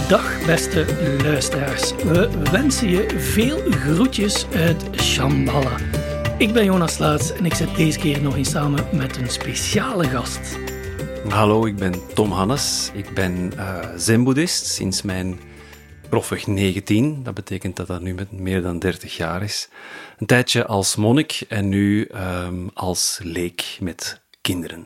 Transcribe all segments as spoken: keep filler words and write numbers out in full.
Dag beste luisteraars, we wensen je veel groetjes uit Shambhala. Ik ben Jonas Laats en ik zit deze keer nog eens samen met een speciale gast. Hallo, ik ben Tom Hannes. Ik ben uh, zen-boeddhist sinds mijn grofweg negentien. Dat betekent dat dat nu met meer dan dertig jaar is. Een tijdje als monnik en nu um, als leek met kinderen.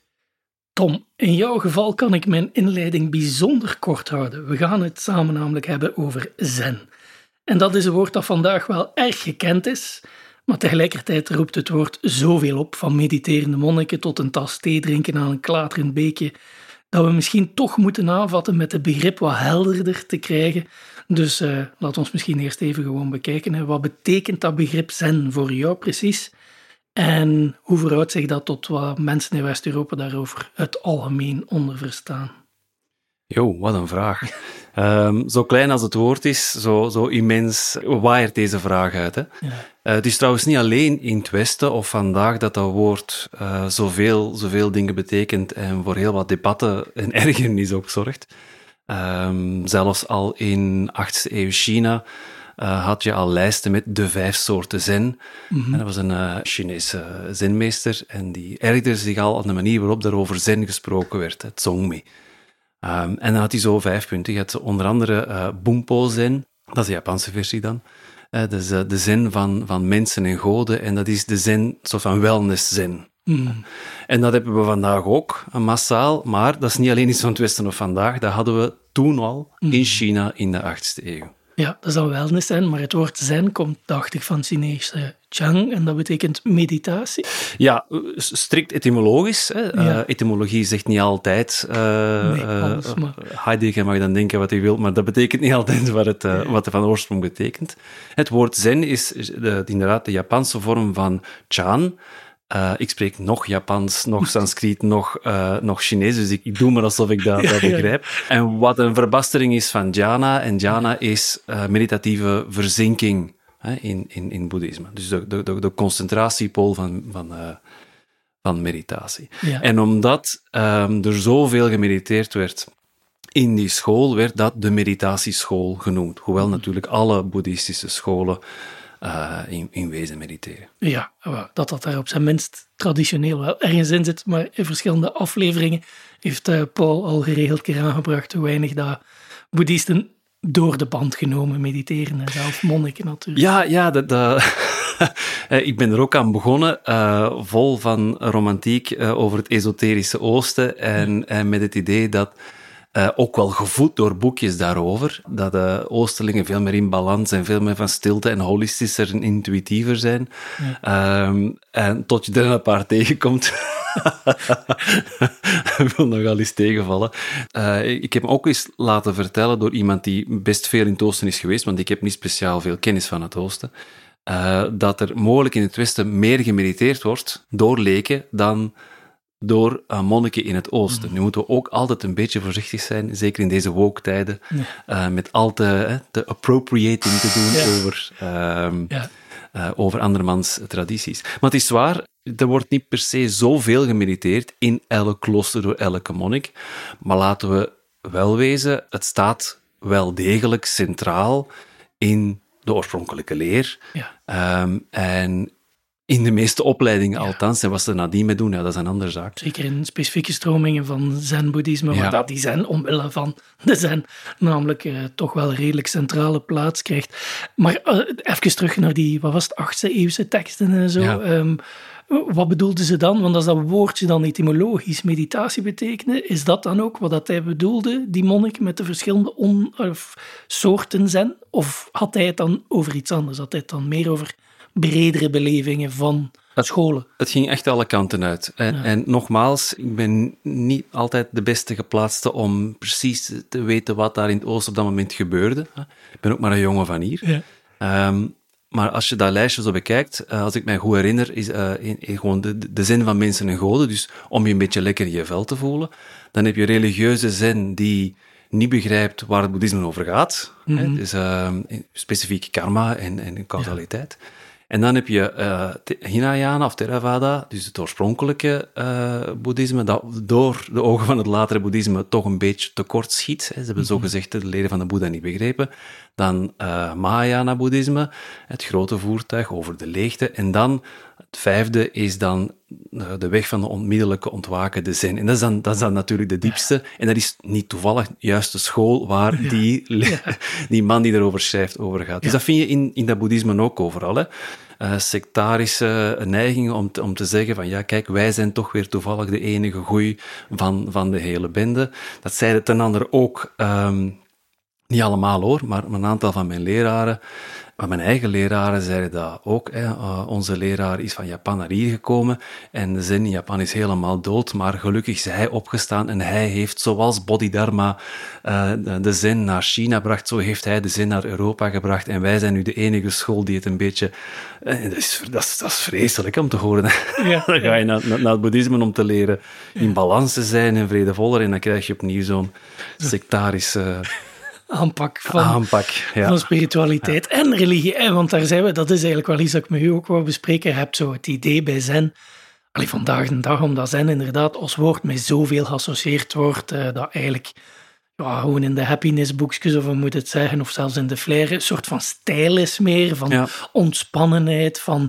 Tom, in jouw geval kan ik mijn inleiding bijzonder kort houden. We gaan het samen namelijk hebben over zen. En dat is een woord dat vandaag wel erg gekend is, maar tegelijkertijd roept het woord zoveel op, van mediterende monniken tot een tas thee drinken aan een klaterend beekje, dat we misschien toch moeten aanvatten met het begrip wat helderder te krijgen. Dus uh, laten we ons misschien eerst even gewoon bekijken. Hè. Wat betekent dat begrip zen voor jou precies? En hoe verhoudt zich dat tot wat mensen in West-Europa daarover het algemeen onder verstaan? Jo, wat een vraag. um, zo klein als het woord is, zo, zo immens waait deze vraag uit. Hè? Ja. Uh, het is trouwens niet alleen in het Westen of vandaag dat dat woord uh, zoveel, zoveel dingen betekent en voor heel wat debatten en ergernis ook zorgt. Um, zelfs al in achtste eeuw China Uh, had je al lijsten met de vijf soorten zen. Mm-hmm. En dat was een uh, Chinese zenmeester en die ergerde zich al aan de manier waarop er over zen gesproken werd, het Zongmi. Um, en dan had hij zo vijf punten. Je had onder andere uh, Bumpo Zen, dat is de Japanse versie dan. Uh, dat is uh, de zen van, van mensen en goden en dat is de zen, soort van wellness zen. Mm. En dat hebben we vandaag ook, massaal, maar dat is niet alleen iets van het Westen of vandaag, dat hadden we toen al mm. in China in de achtste eeuw. Ja, dat zou wellness zijn, maar het woord zen komt, dacht ik, van het Chinese chang en dat betekent meditatie. Ja, strikt etymologisch. Hè. Ja. Uh, etymologie zegt niet altijd. Uh, nee, alles, maar... uh, Heidegger mag dan denken wat hij wil, maar dat betekent niet altijd wat het, uh, wat het van oorsprong betekent. Het woord zen is de, inderdaad de Japanse vorm van chan. Uh, ik spreek nog Japans, nog Sanskriet, nog, uh, nog Chinees, dus ik, ik doe maar alsof ik dat, dat begrijp. Ja, ja. En wat een verbastering is van dhyana, en dhyana is uh, meditatieve verzinking hè, in, in, in boeddhisme. Dus de, de, de concentratiepool van, van, uh, van meditatie. Ja. En omdat um, er zoveel gemediteerd werd in die school, werd dat de meditatieschool genoemd. Hoewel natuurlijk alle boeddhistische scholen Uh, in, in wezen mediteren. Ja, dat dat daar op zijn minst traditioneel wel ergens in zit, maar in verschillende afleveringen heeft uh, Paul al geregeld keer aangebracht hoe weinig dat boeddhisten door de band genomen mediteren en zelfs monniken natuurlijk. Ja, ja dat, dat ik ben er ook aan begonnen, uh, vol van romantiek uh, over het esoterische Oosten en, ja. en met het idee dat Uh, ook wel gevoed door boekjes daarover, dat de uh, Oosterlingen veel meer in balans en veel meer van stilte en holistischer en intuïtiever zijn. Ja. Um, en tot je er een paar tegenkomt. Dat wil nogal eens tegenvallen. Uh, ik heb me ook eens laten vertellen door iemand die best veel in het Oosten is geweest, want ik heb niet speciaal veel kennis van het Oosten, uh, dat er mogelijk in het Westen meer gemediteerd wordt door leken dan door uh, monniken in het Oosten. Nu moeten we ook altijd een beetje voorzichtig zijn, zeker in deze woke-tijden, ja. uh, met al te, uh, te appropriating te doen ja. over, uh, ja. uh, over andermans tradities. Maar het is waar, er wordt niet per se zoveel gemediteerd in elk klooster door elke monnik, maar laten we wel wezen, het staat wel degelijk centraal in de oorspronkelijke leer. Ja. Um, en in de meeste opleidingen ja. althans, en wat ze nadien mee doen, ja, dat is een andere zaak. Zeker in specifieke stromingen van zen-boeddhisme, ja. waar dat die zen omwille van de zen namelijk uh, toch wel een redelijk centrale plaats krijgt. Maar uh, even terug naar die, wat was het, achtste eeuwse teksten en zo. Ja. Um, wat bedoelden ze dan? Want als dat woordje dan etymologisch meditatie betekende, is dat dan ook wat dat hij bedoelde, die monnik met de verschillende on, of soorten zen? Of had hij het dan over iets anders? Had hij het dan meer over bredere belevingen van het, scholen? Het ging echt alle kanten uit. En, ja. en nogmaals, ik ben niet altijd de beste geplaatste om precies te weten wat daar in het Oosten op dat moment gebeurde. Ik ben ook maar een jongen van hier. Ja. Um, maar als je dat lijstje zo bekijkt, uh, als ik mij goed herinner, is uh, in, in gewoon de, de zen van mensen en goden, dus om je een beetje lekker in je vel te voelen. Dan heb je religieuze zen die niet begrijpt waar het boeddhisme over gaat. Mm-hmm. Hè? Dus uh, specifiek karma en, en causaliteit. Ja. En dan heb je uh, Hinayana of Theravada, dus het oorspronkelijke uh, boeddhisme, dat door de ogen van het latere boeddhisme toch een beetje tekort schiet. Hè. Ze hebben mm-hmm. zogezegd de leren van de Boeddha niet begrepen. Dan uh, Mahayana-boeddhisme, het grote voertuig over de leegte. En dan het vijfde is dan uh, de weg van de onmiddellijke ontwaken, de zen. En dat is dan, dat is dan natuurlijk de diepste. Ja. En dat is niet toevallig juist de school waar ja. die, ja. die man die erover schrijft over gaat. Ja. Dus dat vind je in, in dat boeddhisme ook overal. Hè. Uh, sectarische neigingen om te, om te zeggen van ja, kijk, wij zijn toch weer toevallig de enige goeie van, van de hele bende. Dat zeiden ten andere ook, um, niet allemaal hoor, maar een aantal van mijn leraren, maar mijn eigen leraren zeiden dat ook. Hè. Uh, onze leraar is van Japan naar hier gekomen en de zen in Japan is helemaal dood, maar gelukkig is hij opgestaan en hij heeft, zoals Bodhidharma uh, de zen naar China bracht, zo heeft hij de zen naar Europa gebracht en wij zijn nu de enige school die het een beetje... Uh, dat, is, dat, is, dat is vreselijk om te horen. Ja, dan ga je naar, naar, naar het boeddhisme om te leren in balans te zijn en vredevoller en dan krijg je opnieuw zo'n sectarische... aanpak van, aanpak, ja. van spiritualiteit ja. en religie. En want daar zijn we, dat is eigenlijk wel iets dat ik met u ook wou bespreken. Je hebt zo het idee bij zen, allee, vandaag de dag, omdat zen inderdaad als woord met zoveel geassocieerd wordt, uh, dat eigenlijk ja, gewoon in de happiness-boekjes, of we moeten het zeggen, of zelfs in de flair, een soort van stijl is meer, van ja. ontspannenheid, van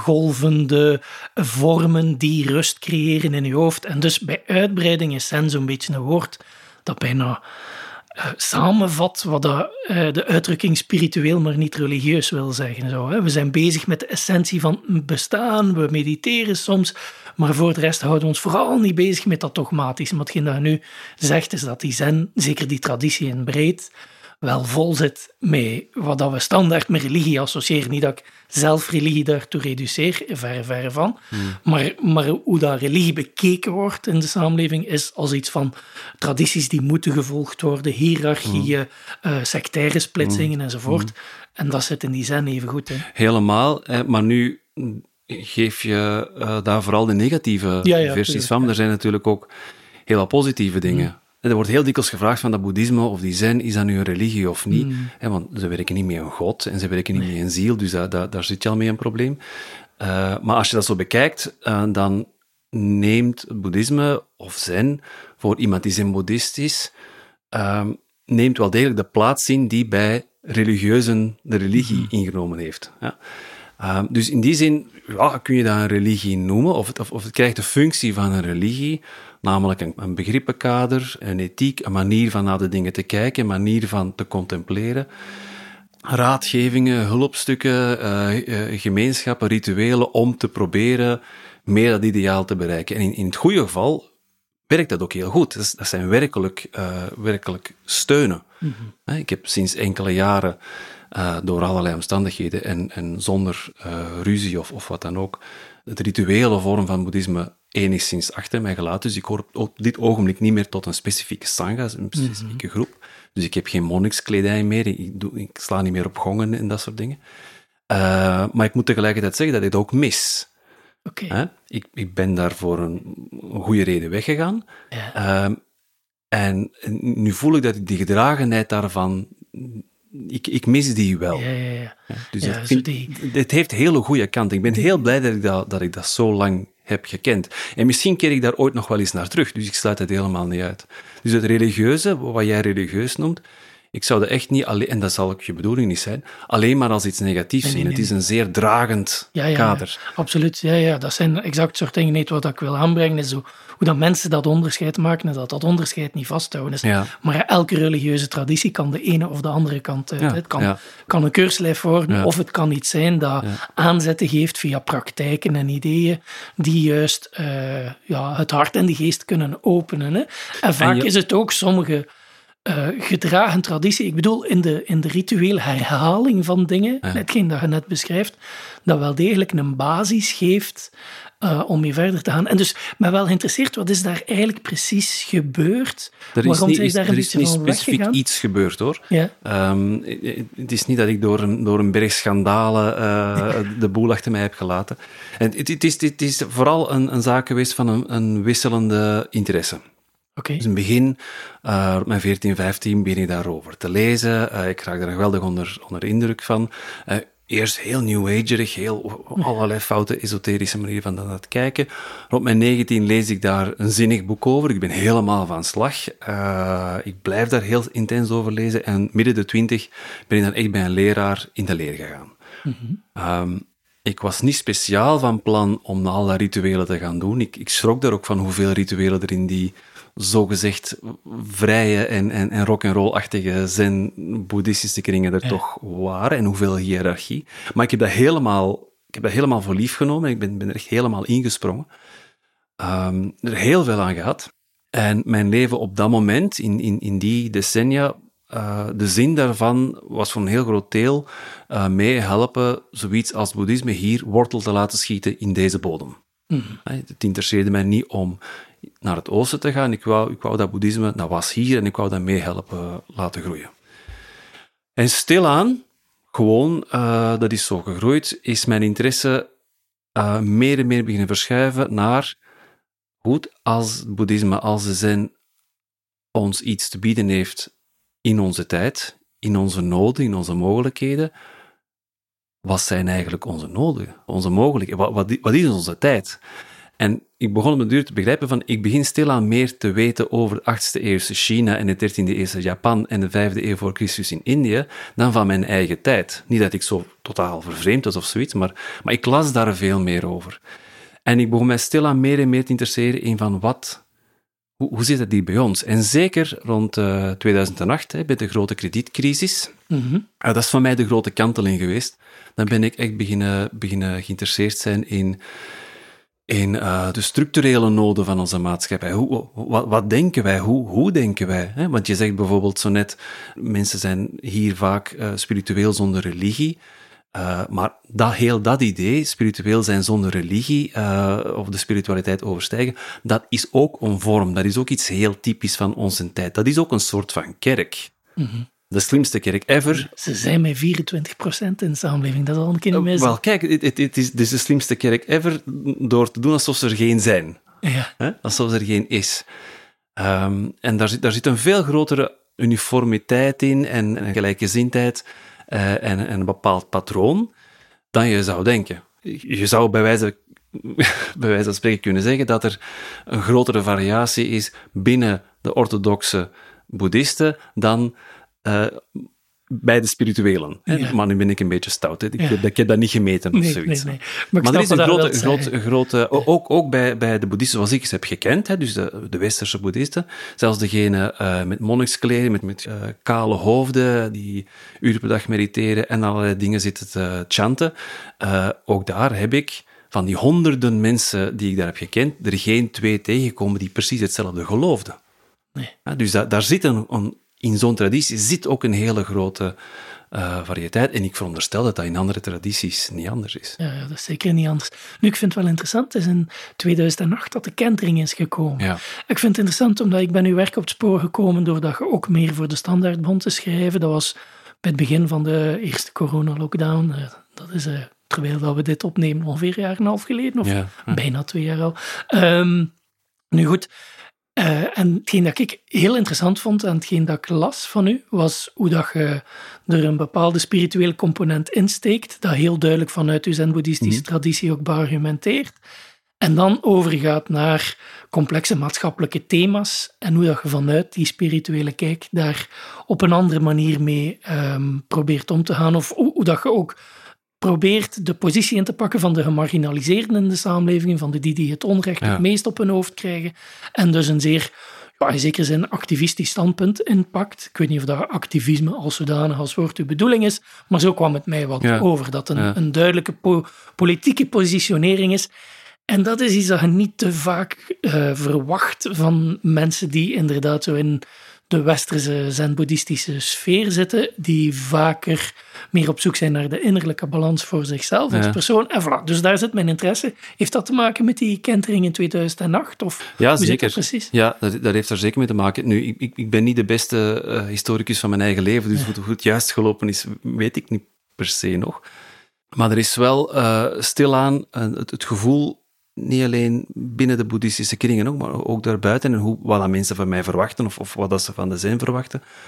golvende vormen die rust creëren in je hoofd. En dus bij uitbreiding is zen zo'n beetje een woord dat bijna... Uh, samenvat wat de, uh, de uitdrukking spiritueel, maar niet religieus wil zeggen. Zo, hè. We zijn bezig met de essentie van bestaan, we mediteren soms, maar voor de rest houden we ons vooral niet bezig met dat dogmatische. Maar hetgeen dat je nu zegt, is dat die zen, zeker die traditie in breed, wel vol zit met wat dat we standaard met religie associëren. Niet dat ik zelf religie daartoe reduceer, verre, verre van. Hmm. Maar, maar hoe dat religie bekeken wordt in de samenleving is als iets van tradities die moeten gevolgd worden, hiërarchieën, hmm. uh, sectaire splitsingen hmm. enzovoort. Hmm. En dat zit in die zen even goed. Hè. Helemaal, maar nu geef je uh, daar vooral de negatieve ja, ja, versies van. Ja. Er zijn natuurlijk ook heel wat positieve dingen. Hmm. Er wordt heel dikwijls gevraagd van dat boeddhisme of die zen, is dat nu een religie of niet? Mm. He, want ze werken niet met een god en ze werken niet nee. met een ziel, dus dat, dat, daar zit je al mee een probleem. Uh, maar als je dat zo bekijkt, uh, dan neemt het boeddhisme of zen, voor iemand die zen-boeddhist is, uh, neemt wel degelijk de plaats in die bij religieuzen de religie mm. ingenomen heeft. Ja. Uh, dus in die zin ja, kun je dat een religie noemen, of het, of, of het krijgt de functie van een religie, namelijk een, een begrippenkader, een ethiek, een manier van naar de dingen te kijken, een manier van te contempleren. Raadgevingen, hulpstukken, uh, uh, gemeenschappen, rituelen om te proberen meer dat ideaal te bereiken. En in, in het goede geval werkt dat ook heel goed. Dat, is, dat zijn werkelijk, uh, werkelijk steunen. Mm-hmm. Uh, ik heb sinds enkele jaren Uh, door allerlei omstandigheden en, en zonder uh, ruzie of, of wat dan ook, het rituele vorm van boeddhisme enigszins achter mij gelaten. Dus ik hoor op dit ogenblik niet meer tot een specifieke sangha, een specifieke mm-hmm. groep. Dus ik heb geen monnikskledij meer, ik, doe, ik sla niet meer op gongen en dat soort dingen. Uh, maar ik moet tegelijkertijd zeggen dat ik het ook mis. Okay. Uh, ik, ik ben daar voor een, een goede reden weggegaan. Ja. Uh, en nu voel ik dat ik die gedragenheid daarvan... Ik, ik mis die wel. Ja, ja, ja. Ja, dus ja, ik vind, die... het heeft hele goede kanten. Ik ben die... heel blij dat ik dat, dat ik dat zo lang heb gekend. En misschien keer ik daar ooit nog wel eens naar terug, dus ik sluit het helemaal niet uit. Dus het religieuze, wat jij religieus noemt, ik zou dat echt niet alleen, en dat zal ook je bedoeling niet zijn, alleen maar als iets negatiefs zien. Nee, nee, nee. Het is een zeer dragend ja, ja, kader. Ja, absoluut. Ja, ja, dat zijn exact soort dingen. Niet wat ik wil aanbrengen is zo, hoe dat mensen dat onderscheid maken en dat dat onderscheid niet vasthouden is. Ja. Maar elke religieuze traditie kan de ene of de andere kant uit. Ja, het kan, ja. kan een keurslijf worden, ja. of het kan iets zijn dat ja. aanzetten geeft via praktijken en ideeën die juist uh, ja, het hart en de geest kunnen openen. Hè. En vaak en je... is het ook sommige... Uh, gedragen traditie. Ik bedoel, in de, in de rituele herhaling van dingen, ja. hetgeen dat je net beschrijft, dat wel degelijk een basis geeft uh, om mee verder te gaan. En dus ben wel geïnteresseerd, wat is daar eigenlijk precies gebeurd? Er is Waarom niet, is daar een er is niet specifiek weggegaan? Iets gebeurd, hoor. Ja. Um, het is niet dat ik door een, door een berg schandalen uh, de boel achter mij heb gelaten. En het, het, is, het is vooral een, een zaak geweest van een, een wisselende interesse. Okay. Dus in het begin, uh, op mijn veertien, vijftien, begin ik daarover te lezen. Uh, ik raak er geweldig onder, onder indruk van. Uh, eerst heel new agerig, heel allerlei foute esoterische manieren van dat te kijken. Rond mijn negentien lees ik daar een zinnig boek over. Ik ben helemaal van slag. Uh, ik blijf daar heel intens over lezen. En midden de twintig ben ik dan echt bij een leraar in de leer gegaan. Mm-hmm. Um, ik was niet speciaal van plan om al dat rituelen te gaan doen. Ik, ik schrok daar ook van hoeveel rituelen er in die zogezegd vrije en, en, en rock'n'roll-achtige zen-boeddhistische kringen er ja. toch waren, en hoeveel hiërarchie. Maar ik heb dat helemaal, ik heb dat helemaal voor lief genomen, ik ben, ben er echt helemaal ingesprongen. Um, er heel veel aan gehad. En mijn leven op dat moment, in, in, in die decennia, uh, de zin daarvan was voor een heel groot deel uh, meehelpen zoiets als boeddhisme hier wortel te laten schieten in deze bodem. Mm-hmm. Het interesseerde mij niet om naar het oosten te gaan. Ik wou, ik wou dat boeddhisme, dat was hier en ik wou dat meehelpen laten groeien. En stilaan, gewoon, uh, dat is zo gegroeid, is mijn interesse uh, meer en meer beginnen verschuiven naar, goed, als het boeddhisme, als de zen ons iets te bieden heeft in onze tijd, in onze noden, in onze mogelijkheden, wat zijn eigenlijk onze noden, onze mogelijkheden? Wat, wat, wat is onze tijd? En ik begon op de duur te begrijpen van, ik begin stilaan meer te weten over de achtste eeuwse China en de dertiende eeuwse Japan en de vijfde eeuw voor Christus in Indië, dan van mijn eigen tijd. Niet dat ik zo totaal vervreemd was of zoiets, maar, maar ik las daar veel meer over. En ik begon mij stilaan meer en meer te interesseren in van wat, hoe, hoe zit het hier bij ons? En zeker rond uh, tweeduizend acht, hè, bij de grote kredietcrisis, mm-hmm. uh, dat is voor mij de grote kanteling geweest. Dan ben ik echt beginnen, beginnen geïnteresseerd zijn in in uh, de structurele noden van onze maatschappij. Hoe, wat, wat denken wij? Hoe, hoe denken wij? Hè? Want je zegt bijvoorbeeld zo net, mensen zijn hier vaak uh, spiritueel zonder religie. Uh, maar dat, heel dat idee, spiritueel zijn zonder religie, uh, of de spiritualiteit overstijgen, dat is ook een vorm, dat is ook iets heel typisch van onze tijd. Dat is ook een soort van kerk. Mm-hmm. De slimste kerk ever. Ze zijn met vierentwintig procent in de samenleving, dat is al een keer mis. Uh, wel, kijk, het, het, het, is, het is de slimste kerk ever door te doen alsof ze er geen zijn. Ja. Hè? Alsof er geen is. Um, en daar zit, daar zit een veel grotere uniformiteit in en, en gelijkgezindheid uh, en, en een bepaald patroon dan je zou denken. Je zou bij wijze, bij wijze van spreken kunnen zeggen dat er een grotere variatie is binnen de orthodoxe boeddhisten dan Uh, bij de spirituelen. Ja. Maar nu ben ik een beetje stout. Hè. Ik, ja. ik heb dat niet gemeten of nee, zoiets. Nee, nee. Maar, maar er is een grote, grote, grote ook, ook bij, bij de boeddhisten zoals ik ze heb gekend, hè, dus de, de westerse boeddhisten, zelfs degene uh, met monnikskleren, met, met uh, kale hoofden, die uren per dag mediteren en allerlei dingen zitten te chanten. Uh, ook daar heb ik van die honderden mensen die ik daar heb gekend, er geen twee tegengekomen die precies hetzelfde geloofden. Nee. Ja, dus da, daar zit een, een in zo'n traditie zit ook een hele grote uh, variëteit. En ik veronderstel dat dat in andere tradities niet anders is. Ja, ja, dat is zeker niet anders. Nu, ik vind het wel interessant, het is in tweeduizend acht dat de kentering is gekomen. Ja. Ik vind het interessant, omdat ik ben uw werk op het spoor gekomen doordat je ook meer voor de Standaardbond te schrijven. Dat was bij het begin van de eerste corona-lockdown. Uh, dat is, uh, terwijl dat we dit opnemen, ongeveer een jaar en een half geleden, of ja. Ja. bijna twee jaar al. Um, nu goed... Uh, en hetgeen dat ik heel interessant vond en hetgeen dat ik las van u, was hoe dat je er een bepaalde spirituele component insteekt, dat heel duidelijk vanuit uw zen-boeddhistische mm-hmm. traditie ook beargumenteert, en dan overgaat naar complexe maatschappelijke thema's en hoe dat je vanuit die spirituele kijk daar op een andere manier mee um, probeert om te gaan, of hoe, hoe dat je ook probeert de positie in te pakken van de gemarginaliseerden in de samenleving, van de die die het onrecht ja. het meest op hun hoofd krijgen, en dus een zeer, ja, in zekere zin, activistisch standpunt inpakt. Ik weet niet of dat activisme als zodanig als woord uw bedoeling is, maar zo kwam het mij wat ja. over, dat een, ja. een duidelijke po- politieke positionering is. En dat is iets dat je niet te vaak uh, verwacht van mensen die inderdaad zo in de westerse zen-boeddhistische sfeer zitten, die vaker meer op zoek zijn naar de innerlijke balans voor zichzelf als ja. persoon. En voilà, dus daar zit mijn interesse. Heeft dat te maken met die kentering in tweeduizend acht? Of ja, hoe zeker. zit dat precies? Ja, dat, dat heeft daar zeker mee te maken. Nu, ik, ik, ik ben niet de beste uh, historicus van mijn eigen leven, dus ja. hoe het juist gelopen is, weet ik niet per se nog. Maar er is wel uh, stilaan uh, het, het gevoel, niet alleen binnen de boeddhistische kringen ook, maar ook daarbuiten, en hoe, wat dat mensen van mij verwachten, of, of wat dat ze van de zen verwachten,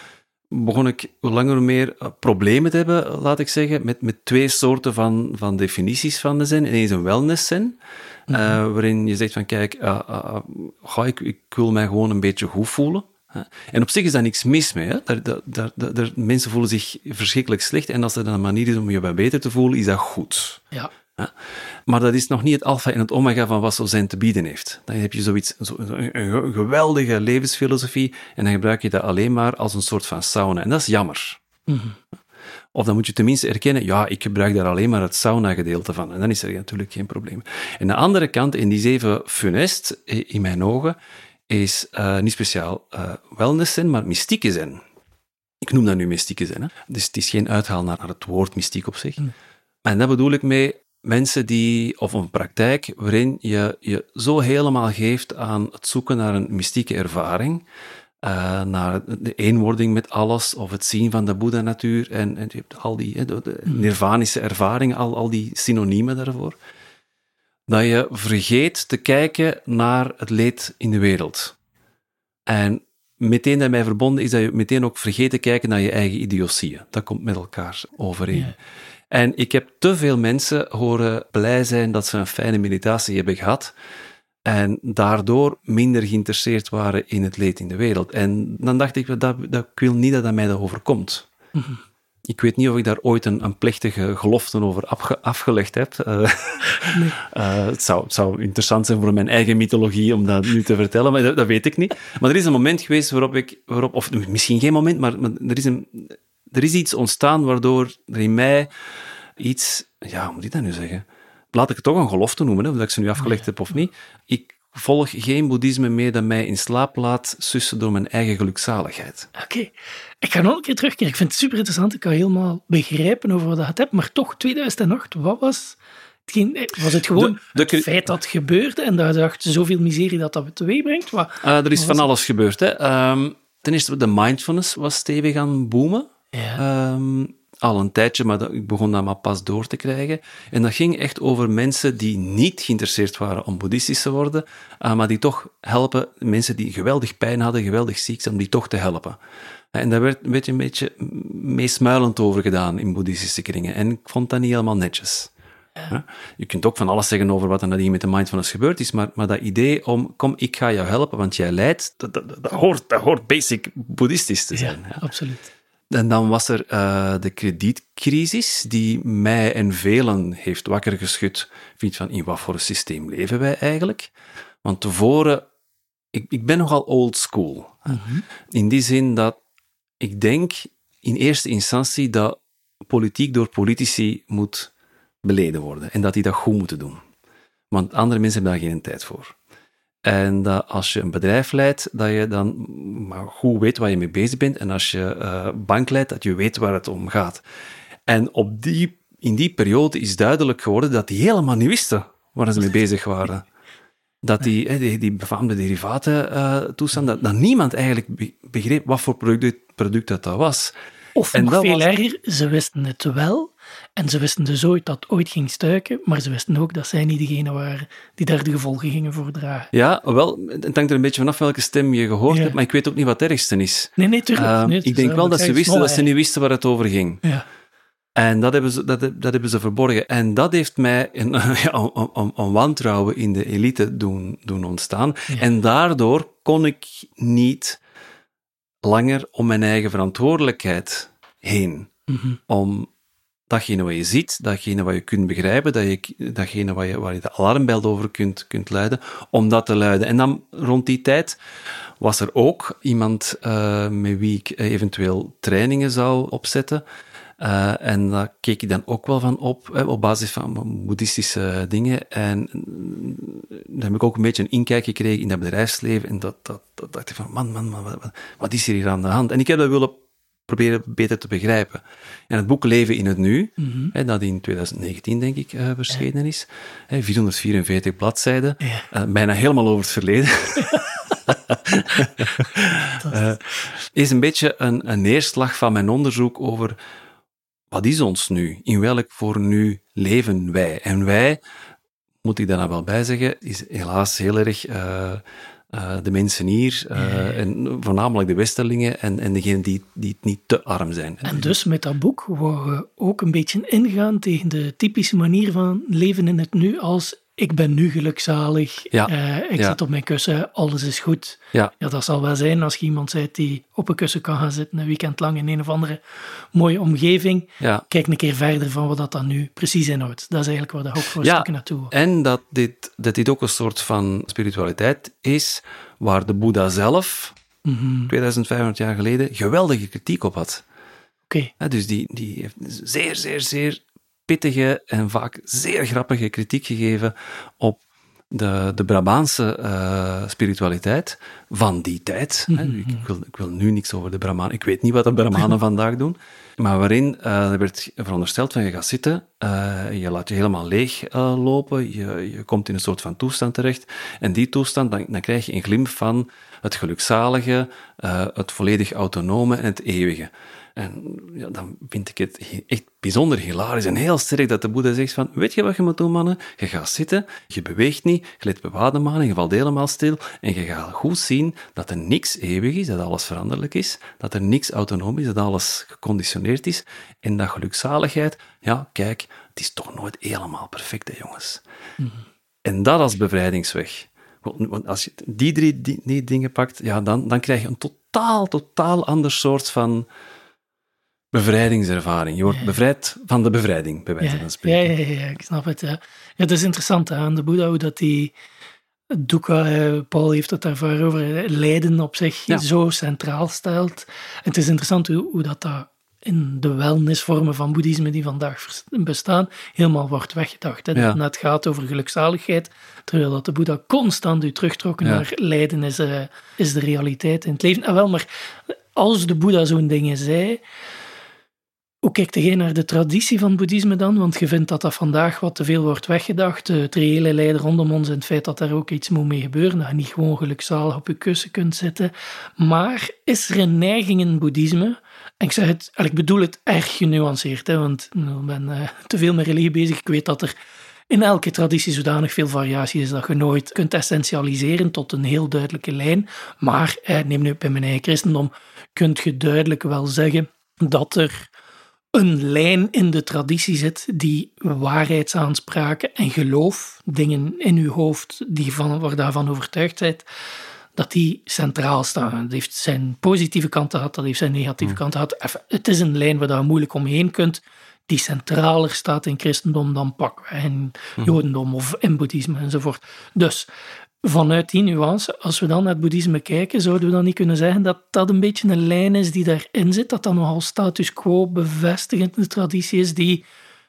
begon ik hoe langer hoe meer problemen te hebben, laat ik zeggen, met, met twee soorten van, van definities van de zen. Eén is een wellness-zen, mm-hmm. uh, waarin je zegt van, kijk, uh, uh, uh, ik, ik wil mij gewoon een beetje goed voelen. En op zich is daar niks mis mee. Hè? Daar, daar, daar, daar, mensen voelen zich verschrikkelijk slecht en als er dan een manier is om je wat beter te voelen, is dat goed. Ja. Ja? Maar dat is nog niet het alfa en het omega van wat zo zen te bieden heeft. Dan heb je zoiets, zo, een geweldige levensfilosofie en dan gebruik je dat alleen maar als een soort van sauna. En dat is jammer. Mm-hmm. Of dan moet je tenminste erkennen, ja, ik gebruik daar alleen maar het sauna-gedeelte van. En dan is er natuurlijk geen probleem. En de andere kant, en die is even funest, in mijn ogen, is uh, niet speciaal uh, wellness zen, maar mystieke zen. Ik noem dat nu mystieke zen. Hè? Dus het is geen uithaal naar, naar het woord mystiek op zich. Mm. En dat bedoel ik mee mensen die, of een praktijk waarin je je zo helemaal geeft aan het zoeken naar een mystieke ervaring, uh, naar de eenwording met alles, of het zien van de Boeddha-natuur, en, en je hebt al die de, de nirvanische ervaringen, al, al die synoniemen daarvoor. Dat je vergeet te kijken naar het leed in de wereld. En meteen daarmee verbonden is dat je meteen ook vergeet te kijken naar je eigen idiotieën. Dat komt met elkaar overeen. Ja. En ik heb te veel mensen horen blij zijn dat ze een fijne meditatie hebben gehad en daardoor minder geïnteresseerd waren in het leed in de wereld. En dan dacht ik, dat, dat, ik wil niet dat dat mij dat overkomt. Mm-hmm. Ik weet niet of ik daar ooit een, een plechtige gelofte over afge, afgelegd heb. Uh, nee. uh, het, zou, het zou interessant zijn voor mijn eigen mythologie om dat nu te vertellen, maar dat, dat weet ik niet. Maar er is een moment geweest waarop ik, waarop, of misschien geen moment, maar, maar er, is een, er is iets ontstaan waardoor er in mij iets, ja, hoe moet ik dat nu zeggen? Laat ik het toch een gelofte noemen, hè, of dat ik ze nu afgelegd heb of niet. Ik volg geen boeddhisme meer dat mij in slaap laat sussen door mijn eigen gelukzaligheid. Oké. Okay. Ik ga nog een keer terugkeren. Ik vind het super interessant. Ik kan helemaal begrijpen over wat je het hebt. Maar toch, tweeduizend acht, wat was het? Geen, was het gewoon de, de, het feit dat het gebeurde en dat je dacht, zoveel miserie dat dat teweeg brengt? Wat, uh, er is van het? alles gebeurd. Hè. Um, ten eerste, de mindfulness was stevig aan boomen. Ja. Um, al een tijdje, maar dat, ik begon dat maar pas door te krijgen. En dat ging echt over mensen die niet geïnteresseerd waren om boeddhistisch te worden, uh, maar die toch helpen, mensen die geweldig pijn hadden, geweldig ziek zijn, om die toch te helpen. En daar werd een beetje, een beetje meesmuilend over gedaan in boeddhistische kringen. En ik vond dat niet helemaal netjes. Ja. Je kunt ook van alles zeggen over wat er nadien met de mindfulness gebeurd is, maar, maar dat idee om, kom, ik ga jou helpen, want jij lijdt, dat, dat, dat, hoort, dat hoort basic boeddhistisch te zijn. Ja, ja. Absoluut. En dan was er uh, de kredietcrisis, die mij en velen heeft wakker geschud. Vind van, in wat voor een systeem leven wij eigenlijk? Want tevoren, ik, ik ben nogal old school. Mm-hmm. In die zin dat ik denk in eerste instantie dat politiek door politici moet beleden worden. En dat die dat goed moeten doen. Want andere mensen hebben daar geen tijd voor. En dat als je een bedrijf leidt, dat je dan maar goed weet waar je mee bezig bent. En als je uh, bank leidt, dat je weet waar het om gaat. En op die, in die periode is duidelijk geworden dat die helemaal niet wisten waar ze mee bezig waren. Dat die, die, die befaamde derivaten uh, toestand, dat, dat niemand eigenlijk begreep wat voor product, product dat, dat was. Of en nog dat veel was... erger, ze wisten het wel. En ze wisten dus ooit dat het ooit ging stuiken, maar ze wisten ook dat zij niet degene waren die daar de gevolgen gingen voor dragen. Ja, wel, het hangt er een beetje vanaf welke stem je gehoord ja. hebt, maar ik weet ook niet wat het ergste is. Nee, nee, tuurlijk. Uh, nee, ik denk wel dat ze wisten dat ze niet wisten waar het over ging. Ja. En dat hebben, ze, dat, dat hebben ze verborgen. En dat heeft mij een, ja, een, een, een wantrouwen in de elite doen, doen ontstaan. Ja. En daardoor kon ik niet langer om mijn eigen verantwoordelijkheid heen. Mm-hmm. Om datgene wat je ziet, datgene wat je kunt begrijpen, dat je, datgene waar je, waar je de alarmbel over kunt, kunt luiden, om dat te luiden. En dan rond die tijd was er ook iemand uh, met wie ik eventueel trainingen zou opzetten. Uh, en daar keek ik dan ook wel van op, hè, op basis van boeddhistische dingen. En dan heb ik ook een beetje een inkijk gekregen in dat bedrijfsleven. En dat, dat, dat dacht ik van, man, man, man, wat, wat is er hier aan de hand? En ik heb dat willen proberen beter te begrijpen. En het boek Leven in het Nu, mm-hmm. hè, dat in twintig negentien, denk ik, uh, verschenen is, hè, vierhonderdvierenveertig bladzijden, ja. uh, bijna helemaal over het verleden. uh, is een beetje een, een neerslag van mijn onderzoek over wat is ons nu? In welk voor nu leven wij? En wij, moet ik daar nou wel bij zeggen, is helaas heel erg uh, uh, de mensen hier, uh, ja. en voornamelijk de westerlingen en, en degenen die, die niet te arm zijn. En dus met dat boek wou je ook een beetje ingaan tegen de typische manier van leven in het nu als ik ben nu gelukzalig, ja. uh, ik ja. zit op mijn kussen, alles is goed. Ja. Ja, dat zal wel zijn als je iemand bent die op een kussen kan gaan zitten een weekend lang in een of andere mooie omgeving. Ja. Kijk een keer verder van wat dat dan nu precies inhoudt. Dat is eigenlijk waar de hoofdvraagstukken ja. naartoe gaat. En dat dit, dat dit ook een soort van spiritualiteit is waar de Boeddha zelf, mm-hmm. tweeduizendvijfhonderd jaar geleden, geweldige kritiek op had. Okay. Ja, dus die, die heeft zeer, zeer, zeer pittige en vaak zeer grappige kritiek gegeven op de, de Brahmaanse uh, spiritualiteit van die tijd. Mm-hmm. Ik, ik, wil, ik wil nu niks over de Brahmanen. Ik weet niet wat de Brahmanen vandaag doen. Maar waarin uh, er werd verondersteld van je gaat zitten, uh, je laat je helemaal leeg uh, lopen, je, je komt in een soort van toestand terecht. En die toestand, dan, dan krijg je een glimp van het gelukzalige, uh, het volledig autonome en het eeuwige. En ja, dan vind ik het echt bijzonder hilarisch en heel sterk dat de Boeddha zegt van, weet je wat je moet doen, mannen? Je gaat zitten, je beweegt niet, je let op ademhaling, je valt helemaal stil en je gaat goed zien dat er niks eeuwig is, dat alles veranderlijk is, dat er niks autonoom is, dat alles geconditioneerd is en dat gelukzaligheid, ja, kijk, het is toch nooit helemaal perfect, hè, jongens. Mm-hmm. En dat als bevrijdingsweg. Want als je die drie die, die dingen pakt, ja, dan, dan krijg je een totaal, totaal ander soort van bevrijdingservaring. Je wordt ja. bevrijd van de bevrijding, bij wijze ja. van spreken. Ja, ja, ja, ja, ik snap het. Ja. Ja, het is interessant hè, aan de Boeddha, hoe dat die Dukkha, Paul heeft het daarvoor over, lijden op zich ja. zo centraal stelt. Het is interessant hoe, hoe dat, dat in de wellnessvormen van boeddhisme die vandaag bestaan, helemaal wordt weggedacht. Hè. Ja. Het gaat over gelukzaligheid, terwijl dat de Boeddha constant u terugtrokken ja. naar lijden is, uh, is de realiteit in het leven. En wel, maar als de Boeddha zo'n dingen zei, hoe kijkt jij naar de traditie van boeddhisme dan? Want je vindt dat dat vandaag wat te veel wordt weggedacht. Het reële lijden rondom ons en het feit dat daar ook iets moet mee gebeuren. Dat je niet gewoon gelukzalig op je kussen kunt zitten. Maar is er een neiging in boeddhisme? En ik zeg het, ik bedoel het erg genuanceerd, hè, want ik ben uh, te veel met religie bezig. Ik weet dat er in elke traditie zodanig veel variatie is dat je nooit kunt essentialiseren tot een heel duidelijke lijn. Maar, eh, neem nu bij mijn eigen christendom, kun je duidelijk wel zeggen dat er een lijn in de traditie zit die waarheidsaanspraken en geloof, dingen in uw hoofd die van, waar daarvan overtuigd bent, dat die centraal staan. Dat heeft zijn positieve kanten gehad, dat heeft zijn negatieve kanten gehad. Even, het is een lijn waar je moeilijk omheen kunt, die centraler staat in christendom dan pakken in jodendom of in boeddhisme enzovoort. Dus vanuit die nuance, als we dan naar het boeddhisme kijken, zouden we dan niet kunnen zeggen dat dat een beetje een lijn is die daarin zit, dat dat nogal status quo bevestigend de traditie is die,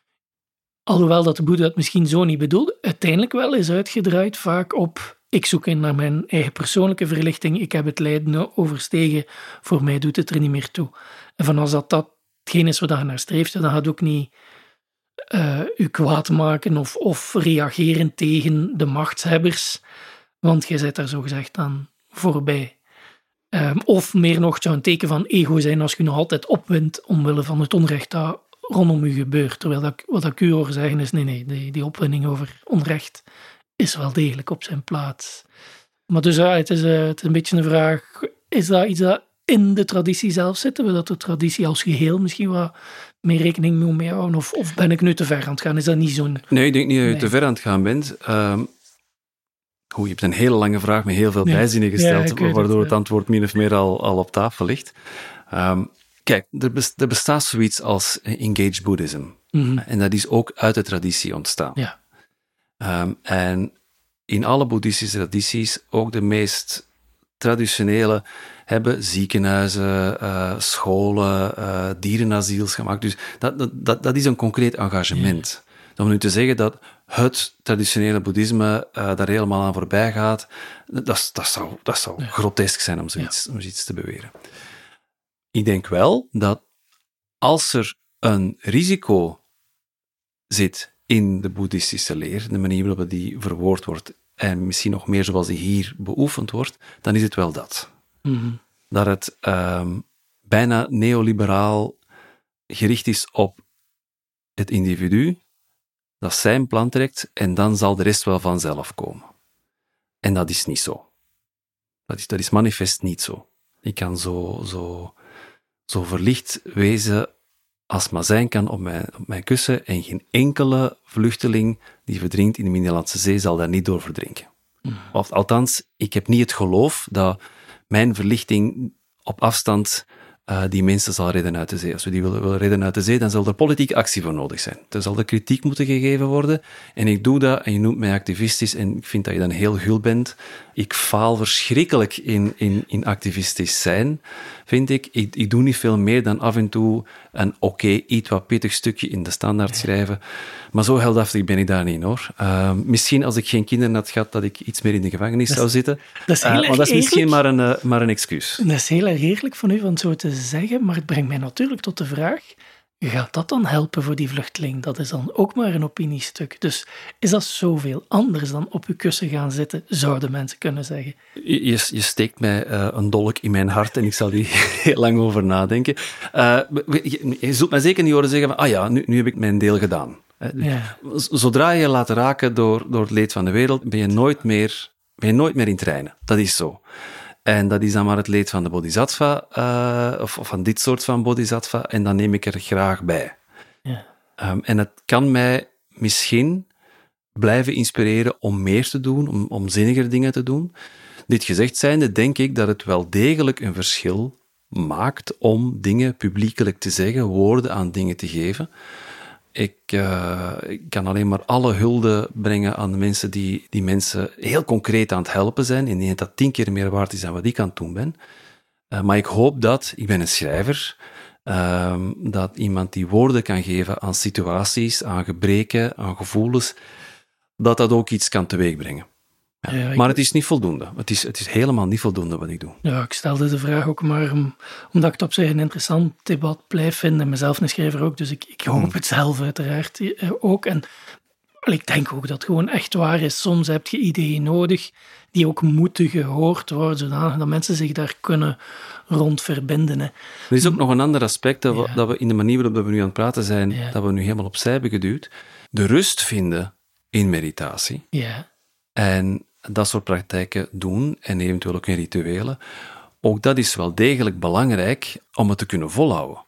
alhoewel dat de Boeddha het misschien zo niet bedoelde, uiteindelijk wel is uitgedraaid vaak op ik zoek in naar mijn eigen persoonlijke verlichting, ik heb het lijden overstegen, voor mij doet het er niet meer toe. En van als dat dat hetgeen is waar je naar streeft, dan gaat het ook niet uh, u kwaad maken of, of reageren tegen de machtshebbers, want jij bent daar zogezegd aan voorbij. Um, of meer nog, het zou een teken van ego zijn als je nog altijd opwint omwille van het onrecht dat rondom u gebeurt. Terwijl dat, wat ik u hoor zeggen is, nee, nee, die, die opwinding over onrecht is wel degelijk op zijn plaats. Maar dus ja, het is, uh, het is een beetje een vraag, is dat iets dat in de traditie zelf zit, we dat de traditie als geheel misschien wat meer rekening moet mee houden, of, of ben ik nu te ver aan het gaan? Is dat niet zo'n... Nee, ik denk niet dat je nee. te ver aan het gaan bent. Um, Goed, je hebt een hele lange vraag met heel veel ja. bijzinnen gesteld, ja, waardoor het, het antwoord min of meer al, al op tafel ligt. Um, kijk, er, best, er bestaat zoiets als engaged Buddhism. Mm-hmm. En dat is ook uit de traditie ontstaan. Ja. Um, en in alle boeddhistische tradities, ook de meest traditionele, hebben ziekenhuizen, uh, scholen, uh, dierenasiels gemaakt. Dus dat, dat, dat is een concreet engagement. Ja. Om nu te zeggen dat het traditionele boeddhisme uh, daar helemaal aan voorbij gaat, dat, dat zou, dat zou ja. grotesk zijn om zoiets, ja. om zoiets te beweren. Ik denk wel dat als er een risico zit in de boeddhistische leer, de manier waarop die verwoord wordt, en misschien nog meer zoals die hier beoefend wordt, dan is het wel dat. Mm-hmm. Dat het um, bijna neoliberaal gericht is op het individu, dat zijn plan trekt en dan zal de rest wel vanzelf komen. En dat is niet zo. Dat is, dat is manifest niet zo. Ik kan zo, zo, zo verlicht wezen als maar zijn kan op mijn, op mijn kussen en geen enkele vluchteling die verdrinkt in de Middellandse Zee zal daar niet door verdrinken. Mm. Of althans, ik heb niet het geloof dat mijn verlichting op afstand uh, die mensen zal redden uit de zee. Als we die willen, willen redden uit de zee, dan zal er politieke actie voor nodig zijn. Er zal er kritiek moeten gegeven worden. En ik doe dat, en je noemt mij activistisch, en ik vind dat je dan heel gul bent. Ik faal verschrikkelijk in, in, in activistisch zijn, vind ik. ik. Ik doe niet veel meer dan af en toe een oké, okay, iets wat pittig stukje in de Standaard schrijven. Maar zo heldhaftig ben ik daar niet, hoor. Uh, misschien als ik geen kinderen had gehad, dat ik iets meer in de gevangenis dat zou zitten. Dat is heel uh, maar dat is misschien maar een, uh, maar een excuus. Dat is heel erg eerlijk van u van het zo te zeggen, maar het brengt mij natuurlijk tot de vraag, gaat dat dan helpen voor die vluchteling? Dat is dan ook maar een opiniestuk. Dus is dat zoveel anders dan op uw kussen gaan zitten, zouden mensen kunnen zeggen? Je, je, je steekt mij uh, een dolk in mijn hart en ik zal hier heel lang over nadenken. Uh, je, je zult mij zeker niet horen zeggen van, ah ja, nu, nu heb ik mijn deel gedaan. Ja. Zodra je je laat raken door, door het leed van de wereld, ben je nooit meer, ben je nooit meer in het reinen. Dat is zo. En dat is dan maar het leed van de bodhisattva, uh, of, of van dit soort van bodhisattva, en dan neem ik er graag bij. Ja. Um, en het kan mij misschien blijven inspireren om meer te doen, om, om zinniger dingen te doen. Dit gezegd zijnde, denk ik dat het wel degelijk een verschil maakt om dingen publiekelijk te zeggen, woorden aan dingen te geven. Ik, uh, ik kan alleen maar alle hulde brengen aan de mensen die, die mensen heel concreet aan het helpen zijn. En ik denk dat dat tien keer meer waard is dan wat ik aan het doen ben. Uh, maar ik hoop dat, ik ben een schrijver, uh, dat iemand die woorden kan geven aan situaties, aan gebreken, aan gevoelens, dat dat ook iets kan teweegbrengen. Ja. Ja, maar het is niet voldoende. Het is, het is helemaal niet voldoende wat ik doe. Ja, ik stelde de vraag ook maar om, omdat ik het op zich een interessant debat blijf vinden. En mezelf een schrijver ook, dus ik, ik hoop hmm. het zelf uiteraard ook. En ik denk ook dat het gewoon echt waar is. Soms heb je ideeën nodig die ook moeten gehoord worden, zodanig dat mensen zich daar kunnen rond verbinden. Hè. Er is ook nog een ander aspect dat we, ja. dat we in de manier waarop we nu aan het praten zijn, ja. dat we nu helemaal opzij hebben geduwd. De rust vinden in meditatie. Ja. En dat soort praktijken doen, en eventueel ook in rituelen, ook dat is wel degelijk belangrijk om het te kunnen volhouden.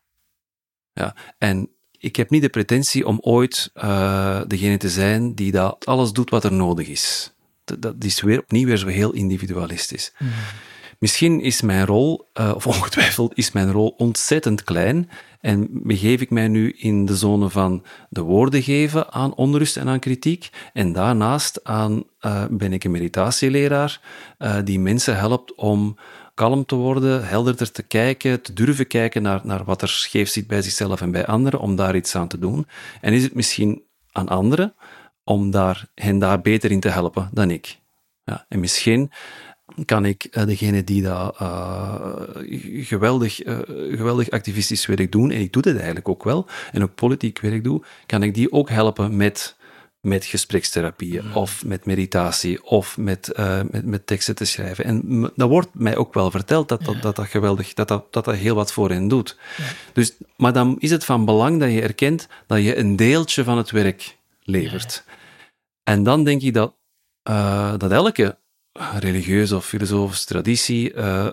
Ja, en ik heb niet de pretentie om ooit uh, degene te zijn die dat alles doet wat er nodig is. Dat, dat is weer opnieuw weer zo heel individualistisch. Mm. Misschien is mijn rol, uh, of ongetwijfeld is mijn rol ontzettend klein en begeef ik mij nu in de zone van de woorden geven aan onrust en aan kritiek. En daarnaast aan, uh, ben ik een meditatieleraar uh, die mensen helpt om kalm te worden, helderder te kijken, te durven kijken naar, naar wat er scheef zit bij zichzelf en bij anderen, om daar iets aan te doen. En is het misschien aan anderen om daar, hen daar beter in te helpen dan ik. Ja, en misschien kan ik uh, degene die dat uh, geweldig, uh, geweldig activistisch werk doen, en ik doe dat eigenlijk ook wel, en ook politiek werk doe, kan ik die ook helpen met, met gesprekstherapieën, mm. of met meditatie, of met, uh, met, met teksten te schrijven. En m- dat wordt mij ook wel verteld, dat dat, ja. dat, dat geweldig, dat dat, dat dat heel wat voor hen doet. Ja. Dus, maar dan is het van belang dat je erkent dat je een deeltje van het werk levert. Ja. En dan denk ik dat, uh, dat elke religieuze of filosofische traditie uh,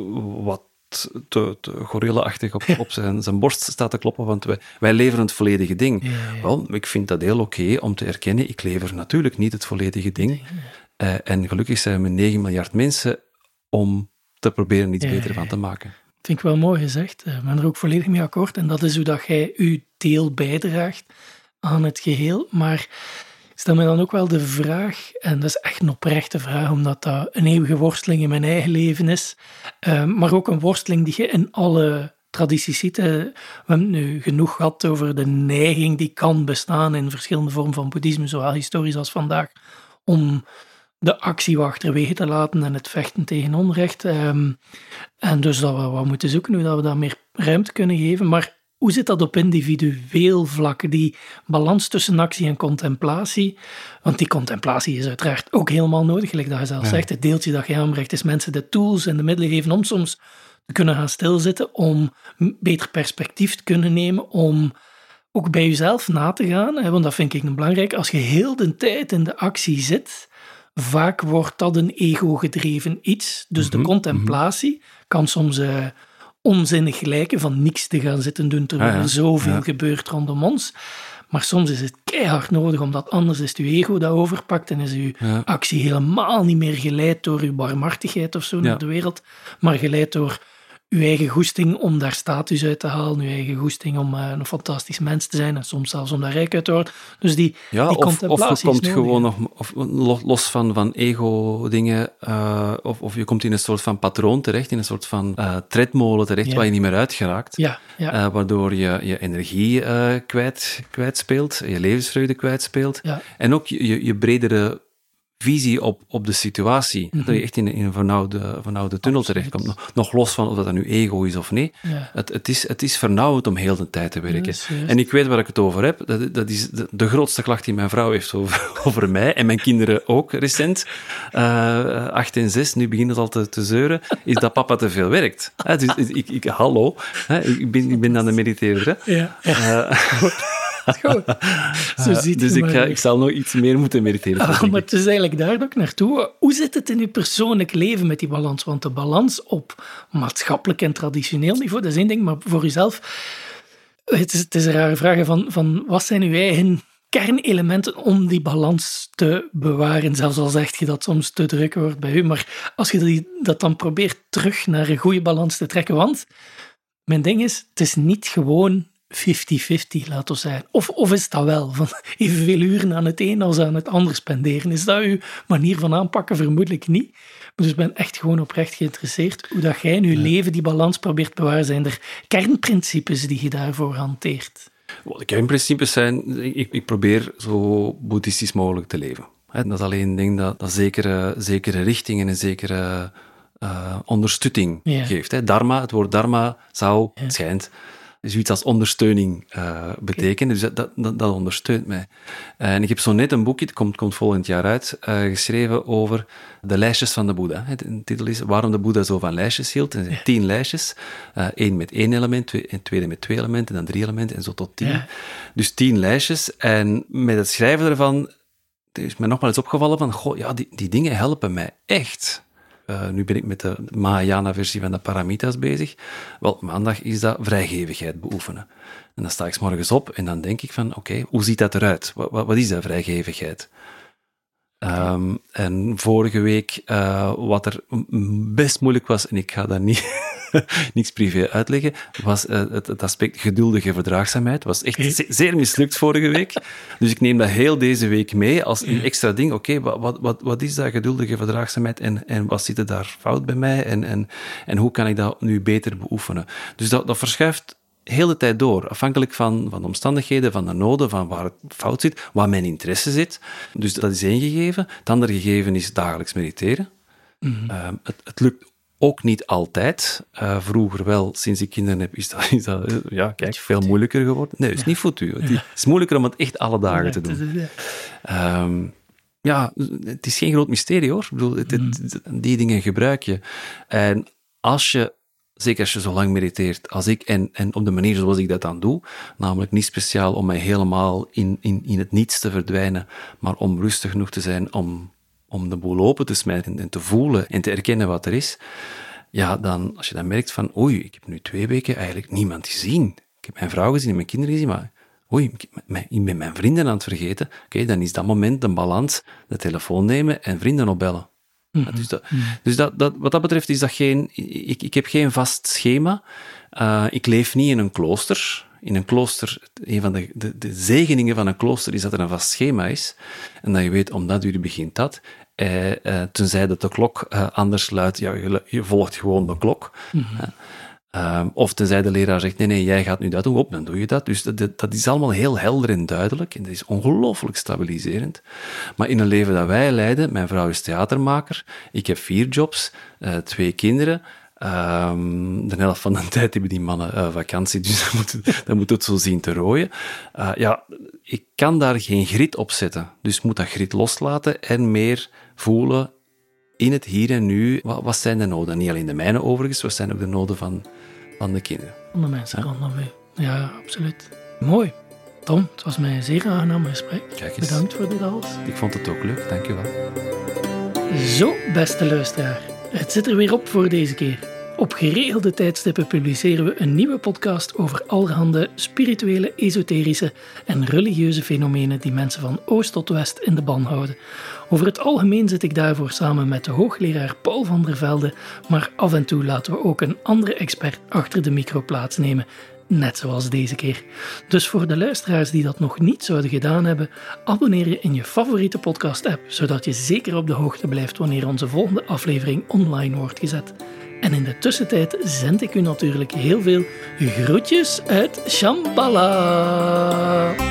wat te, te gorilla-achtig op, op zijn, zijn borst staat te kloppen, want wij, wij leveren het volledige ding. Ja, ja. Wel, ik vind dat heel oké okay om te erkennen, ik lever natuurlijk niet het volledige ding. Uh, en gelukkig zijn we negen miljard mensen om te proberen iets ja, beter van te maken. Dat vind ik wel mooi gezegd. Ik ben er ook volledig mee akkoord. En dat is hoe dat jij uw deel bijdraagt aan het geheel. Maar ik stel me dan ook wel de vraag, en dat is echt een oprechte vraag, omdat dat een eeuwige worsteling in mijn eigen leven is, uh, maar ook een worsteling die je in alle tradities ziet. Uh, we hebben nu genoeg gehad over de neiging die kan bestaan in verschillende vormen van boeddhisme, zowel historisch als vandaag, om de actie achterwege te laten en het vechten tegen onrecht. Um, en dus dat we wat moeten zoeken, hoe dat we daar meer ruimte kunnen geven. Maar hoe zit dat op individueel vlak, die balans tussen actie en contemplatie? Want die contemplatie is uiteraard ook helemaal nodig, gelijk dat je zelf ja. zegt. Het deeltje dat je aanbrengt is mensen de tools en de middelen geven om soms te kunnen gaan stilzitten, om beter perspectief te kunnen nemen, om ook bij jezelf na te gaan. Want dat vind ik een belangrijk. Als je heel de tijd in de actie zit, vaak wordt dat een ego-gedreven iets. Dus Mm-hmm. de contemplatie mm-hmm. kan soms uh, onzinnig lijken van niks te gaan zitten doen terwijl ah, ja. er zoveel ja. gebeurt rondom ons. Maar soms is het keihard nodig, omdat anders is het uw ego dat overpakt en is uw ja. actie helemaal niet meer geleid door uw barmhartigheid of zo ja. naar de wereld, maar geleid door uw eigen goesting om daar status uit te halen, uw eigen goesting om uh, een fantastisch mens te zijn en soms zelfs om daar rijk uit te worden. Dus die, ja, die of, contemplatie of je komt is gewoon nog of, los van, van ego-dingen, uh, of, of je komt in een soort van patroon terecht, in een soort van uh, tredmolen terecht, ja. waar je niet meer uit geraakt, ja, ja. Uh, waardoor je je energie uh, kwijt, kwijtspeelt, je levensvreugde kwijtspeelt, ja. en ook je, je, je bredere visie op, op de situatie. Mm-hmm. Dat je echt in, in een vernauwde, vernauwde tunnel terechtkomt. Nog, nog los van of dat nu ego is of niet. Ja. Het, het, is, het is vernauwend om heel de tijd te werken. Yes, yes. En ik weet waar ik het over heb. Dat, dat is de, de grootste klacht die mijn vrouw heeft over, over mij. En mijn kinderen ook recent. Uh, acht en zes, nu beginnen ze al te, te zeuren. Is dat papa te veel werkt. Hè, dus ik, ik, hallo. Hè, ik, ben, ik ben dan de mediteerder. Ja. ja. Uh, Goed. Zo uh, ziet dus ik, ga, ik zal nog iets meer moeten mediteren. Ah, maar het is eigenlijk daar ook naartoe. Hoe zit het in je persoonlijk leven met die balans? Want de balans op maatschappelijk en traditioneel niveau, dat is één ding, maar voor jezelf, het is, het is een rare vraag van, van wat zijn uw eigen kernelementen om die balans te bewaren? Zelfs al zeg je dat soms te druk wordt bij u, maar als je die, dat dan probeert terug naar een goede balans te trekken, want mijn ding is, het is niet gewoon vijftig vijftig, laten we zeggen. Of, of is dat wel? Van evenveel uren aan het een als aan het ander spenderen. Is dat uw manier van aanpakken? Vermoedelijk niet. Dus ik ben echt gewoon oprecht geïnteresseerd hoe dat jij in je ja. leven die balans probeert te bewaren. Zijn er kernprincipes die je daarvoor hanteert? De kernprincipes zijn, ik, ik probeer zo boeddhistisch mogelijk te leven. Dat is alleen een ding dat, dat zekere, zekere richting en een zekere uh, ondersteuning ja. geeft. Dharma, het woord dharma zou, ja. het schijnt, zoiets als ondersteuning uh, betekenen. Dus dat, dat, dat ondersteunt mij. Uh, en ik heb zo net een boekje, het komt, komt volgend jaar uit, uh, geschreven over de lijstjes van de Boeddha. De titel is Waarom de Boeddha zo van lijstjes hield. Er zijn ja. tien lijstjes. Uh, één met één element, twee, een tweede met twee elementen, en dan drie elementen, en zo tot tien. Ja. Dus tien lijstjes. En met het schrijven ervan is mij nogmaals opgevallen van, goh, ja, die, die dingen helpen mij echt. Uh, nu ben ik met de Mahayana-versie van de Paramitas bezig. Wel, maandag is dat vrijgevigheid beoefenen. En dan sta ik 's morgens op en dan denk ik van, oké, okay, hoe ziet dat eruit? Wat, wat, wat is dat vrijgevigheid? Okay. Um, en vorige week, uh, wat er best moeilijk was, en ik ga daar niet niks privé uitleggen, was uh, het, het aspect geduldige verdraagzaamheid. Was echt ze- zeer mislukt vorige week. Dus ik neem dat heel deze week mee als een extra ding. Oké, okay, wat, wat, wat is dat geduldige verdraagzaamheid en, en wat zit er daar fout bij mij en, en, en hoe kan ik dat nu beter beoefenen? Dus dat, dat verschuift heel de tijd door, afhankelijk van, van de omstandigheden, van de noden, van waar het fout zit, waar mijn interesse zit. Dus dat is één gegeven. Het andere gegeven is dagelijks mediteren. Mm-hmm. Uh, het, het lukt ook niet altijd. Uh, vroeger wel, sinds ik kinderen heb, is dat, is dat uh, ja, kijk, veel moeilijker geworden. Nee, het is ja. niet foutu. Het ja. is moeilijker om het echt alle dagen ja, te doen. Ja. Um, ja, het is geen groot mysterie, hoor. Ik bedoel, het, het, het, die dingen gebruik je. En als je zeker als je zo lang mediteert als ik, en, en op de manier zoals ik dat dan doe, namelijk niet speciaal om mij helemaal in, in, in het niets te verdwijnen, maar om rustig genoeg te zijn om, om de boel open te smijten en, en te voelen en te erkennen wat er is, ja, dan, als je dan merkt van, oei, ik heb nu twee weken eigenlijk niemand gezien. Ik heb mijn vrouw gezien en mijn kinderen gezien, maar oei, ik ben mijn vrienden aan het vergeten. Oké, okay, dan is dat moment de balans, de telefoon nemen en vrienden opbellen. Mm-hmm. Dus, dat, dus dat, dat, wat dat betreft is dat geen... Ik, ik heb geen vast schema. Uh, ik leef niet in een klooster. In een klooster, een van de, de, de zegeningen van een klooster is dat er een vast schema is. En dat je weet, om dat uur begint dat. Uh, uh, tenzij dat de klok uh, anders luidt, ja, je, je volgt gewoon de klok. Mm-hmm. Uh, Uh, of tenzij de leraar zegt, nee, nee, jij gaat nu dat doen, op, dan doe je dat. Dus dat, dat is allemaal heel helder en duidelijk. En dat is ongelooflijk stabiliserend. Maar in een leven dat wij leiden, mijn vrouw is theatermaker, ik heb vier jobs, uh, twee kinderen. Um, de helft van de tijd hebben die mannen uh, vakantie, dus dan moet, dan moet het zo zien te rooien. Uh, ja, ik kan daar geen grid op zetten. Dus moet dat grid loslaten en meer voelen in het hier en nu, wat, wat zijn de noden? Niet alleen de mijne overigens, wat zijn ook de noden van, van de kinderen? Van de mensen rondom u. Ja, absoluut. Mooi. Tom, het was mij een zeer aangenaam gesprek. Bedankt voor dit alles. Ik vond het ook leuk, dank je wel. Zo, beste luisteraar, het zit er weer op voor deze keer. Op geregelde tijdstippen publiceren we een nieuwe podcast over allerhande spirituele, esoterische en religieuze fenomenen die mensen van oost tot west in de ban houden. Over het algemeen zit ik daarvoor samen met de hoogleraar Paul van der Velde, maar af en toe laten we ook een andere expert achter de micro plaatsnemen. Net zoals deze keer. Dus voor de luisteraars die dat nog niet zouden gedaan hebben, abonneer je in je favoriete podcast-app, zodat je zeker op de hoogte blijft wanneer onze volgende aflevering online wordt gezet. En in de tussentijd zend ik u natuurlijk heel veel groetjes uit Shambhala.